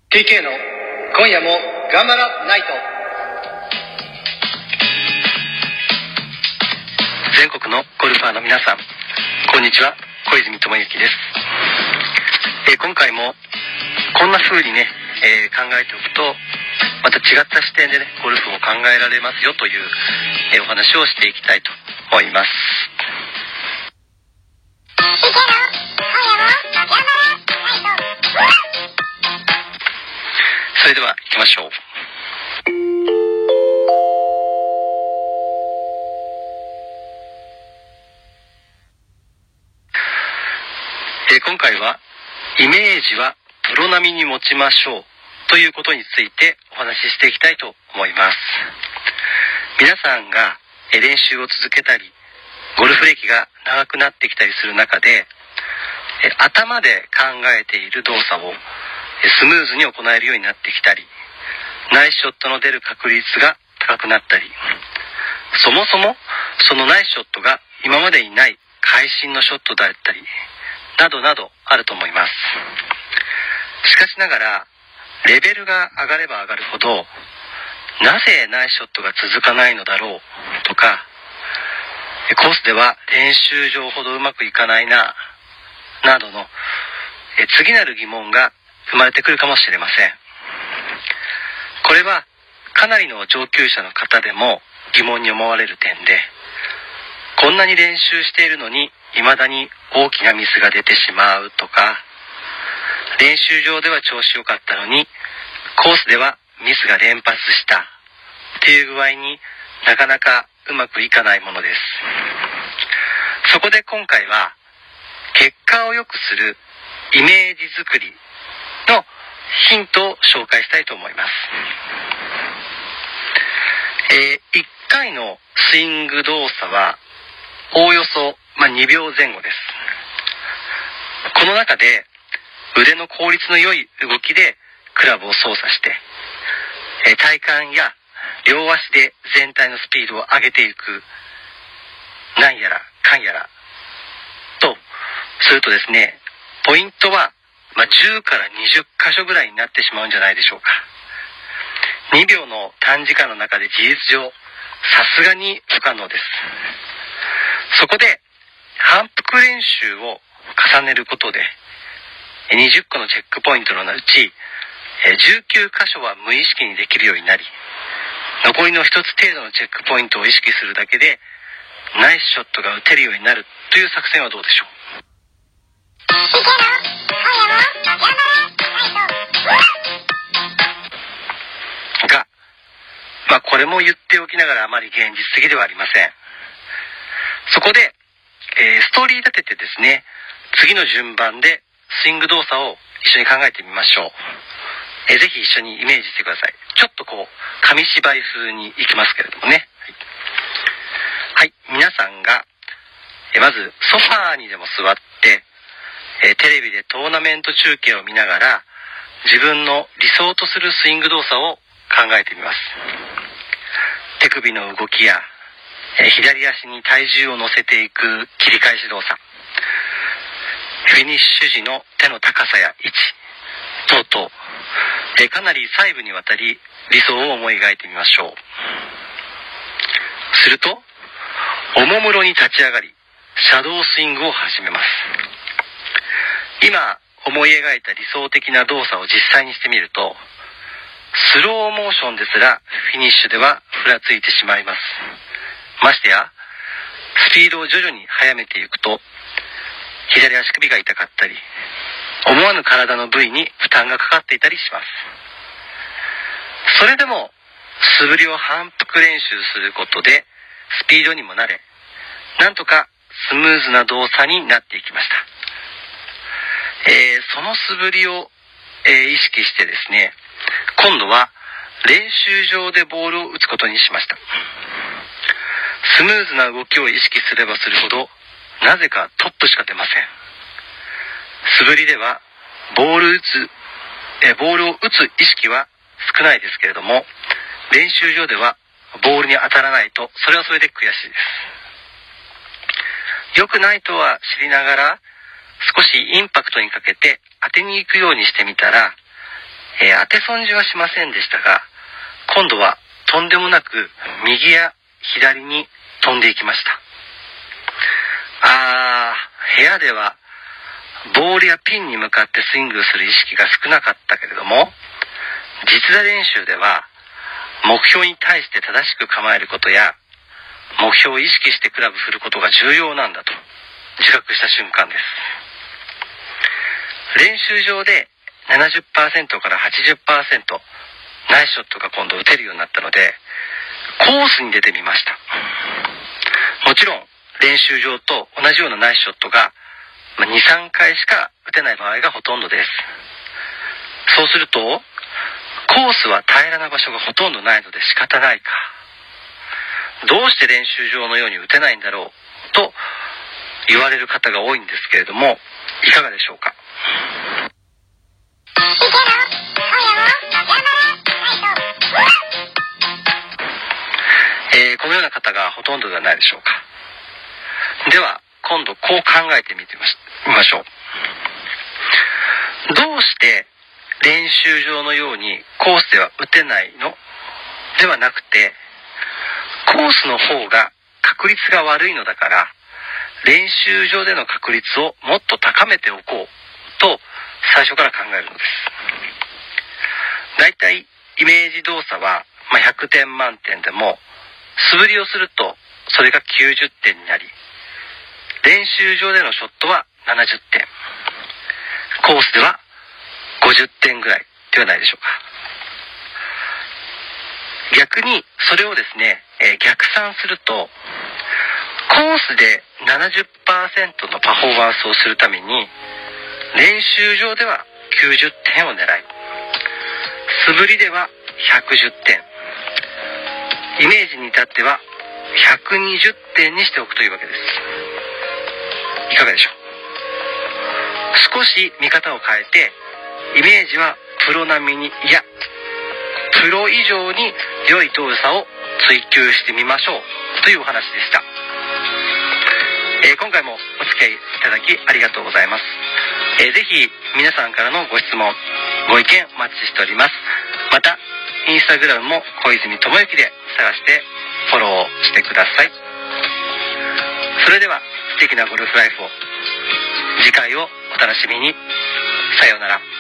TK の今夜も頑張らないと。全国のゴルファーの皆さん、こんにちは。小泉智之です。今回もこんな風にね、考えておくとまた違った視点でね、ゴルフを考えられますよという、お話をしていきたいと思います。それでは行きましょう。今回はイメージはプロ並みに持ちましょうということについてお話ししていきたいと思います。皆さんが練習を続けたりゴルフ歴が長くなってきたりする中で、頭で考えている動作をスムーズに行えるようになってきたり、ナイスショットの出る確率が高くなったり、そもそもそのナイスショットが今までにない会心のショットだったりなどなどあると思います。しかしながらレベルが上がれば上がるほど、なぜナイスショットが続かないのだろうとか、コースでは練習場ほどうまくいかないななどの次なる疑問が生まれてくるかもしれません。これはかなりの上級者の方でも疑問に思われる点で、こんなに練習しているのに未だに大きなミスが出てしまうとか、練習場では調子良かったのにコースではミスが連発したっていう具合になかなかうまくいかないものです。そこで今回は結果を良くするイメージ作りのヒントを紹介したいと思います。1回のスイング動作はおおよそ2秒前後です。この中で腕の効率の良い動きでクラブを操作して、体幹や両足で全体のスピードを上げていく、なんやらかんやらとするとですね、ポイントは10から20箇所ぐらいになってしまうんじゃないでしょうか。2秒の短時間の中で事実上さすがに不可能です。そこで反復練習を重ねることで20個のチェックポイントのうち19箇所は無意識にできるようになり、残りの一つ程度のチェックポイントを意識するだけでナイスショットが打てるようになるという作戦はどうでしょう。が、これも言っておきながらあまり現実的ではありません。そこで、ストーリー立ててですね、次の順番でスイング動作を一緒に考えてみましょう。ぜひ一緒にイメージしてください。ちょっと紙芝居風にいきますけれどもね。はい、皆さんがまずソファーにでも座ってテレビでトーナメント中継を見ながら自分の理想とするスイング動作を考えてみます。手首の動きや左足に体重を乗せていく切り返し動作、フィニッシュ時の手の高さや位置等々、かなり細部にわたり理想を思い描いてみましょう。するとおもむろに立ち上がりシャドースイングを始めます。今思い描いた理想的な動作を実際にしてみると、スローモーションですらフィニッシュではふらついてしまいます。ましてやスピードを徐々に速めていくと左足首が痛かったり、思わぬ体の部位に負担がかかっていたりします。それでも素振りを反復練習することでスピードにも慣れ、なんとかスムーズな動作になっていきました。その素振りを、意識してですね、今度は練習場でボールを打つことにしました。スムーズな動きを意識すればするほどなぜかトップしか出ません。素振りではボールを打つ意識は少ないですけれども、練習場ではボールに当たらないとそれはそれで悔しいです。良くないとは知りながら少しインパクトにかけて当てに行くようにしてみたら、 当て損じはしませんでしたが、今度はとんでもなく右や左に飛んでいきました。部屋ではボールやピンに向かってスイングする意識が少なかったけれども、実打練習では目標に対して正しく構えることや目標を意識してクラブ振ることが重要なんだと自覚した瞬間です。練習場で 70% から 80% ナイスショットが今度打てるようになったので、コースに出てみました。もちろん練習場と同じようなナイスショットが 2,3 回しか打てない場合がほとんどです。そうするとコースは平らな場所がほとんどないので仕方ないか、どうして練習場のように打てないんだろうと言われる方が多いんですけれども、いかがでしょうか。このような方がほとんどではないでしょうか。では今度こう考えてみましょう。どうして練習場のようにコースでは打てないのではなくて、コースの方が確率が悪いのだから練習場での確率をもっと高めておこうと最初から考えるのです。だいたいイメージ動作は100点満点でも素振りをするとそれが90点になり、練習場でのショットは70点、コースでは50点ぐらいではないでしょうか。逆にそれをですね、逆算すると、コースで 70% のパフォーマンスをするために練習場では90点を狙い、素振りでは110点、イメージに至っては120点にしておくというわけです。いかがでしょう。少し見方を変えて、イメージはプロ並みに、いやプロ以上に良い動作を追求してみましょうというお話でした。今回もお付き合いいただきありがとうございます。ぜひ皆さんからのご質問ご意見お待ちしております。またインスタグラムも小泉智之で探してフォローしてください。それでは素敵なゴルフライフを、次回をお楽しみに。さようなら。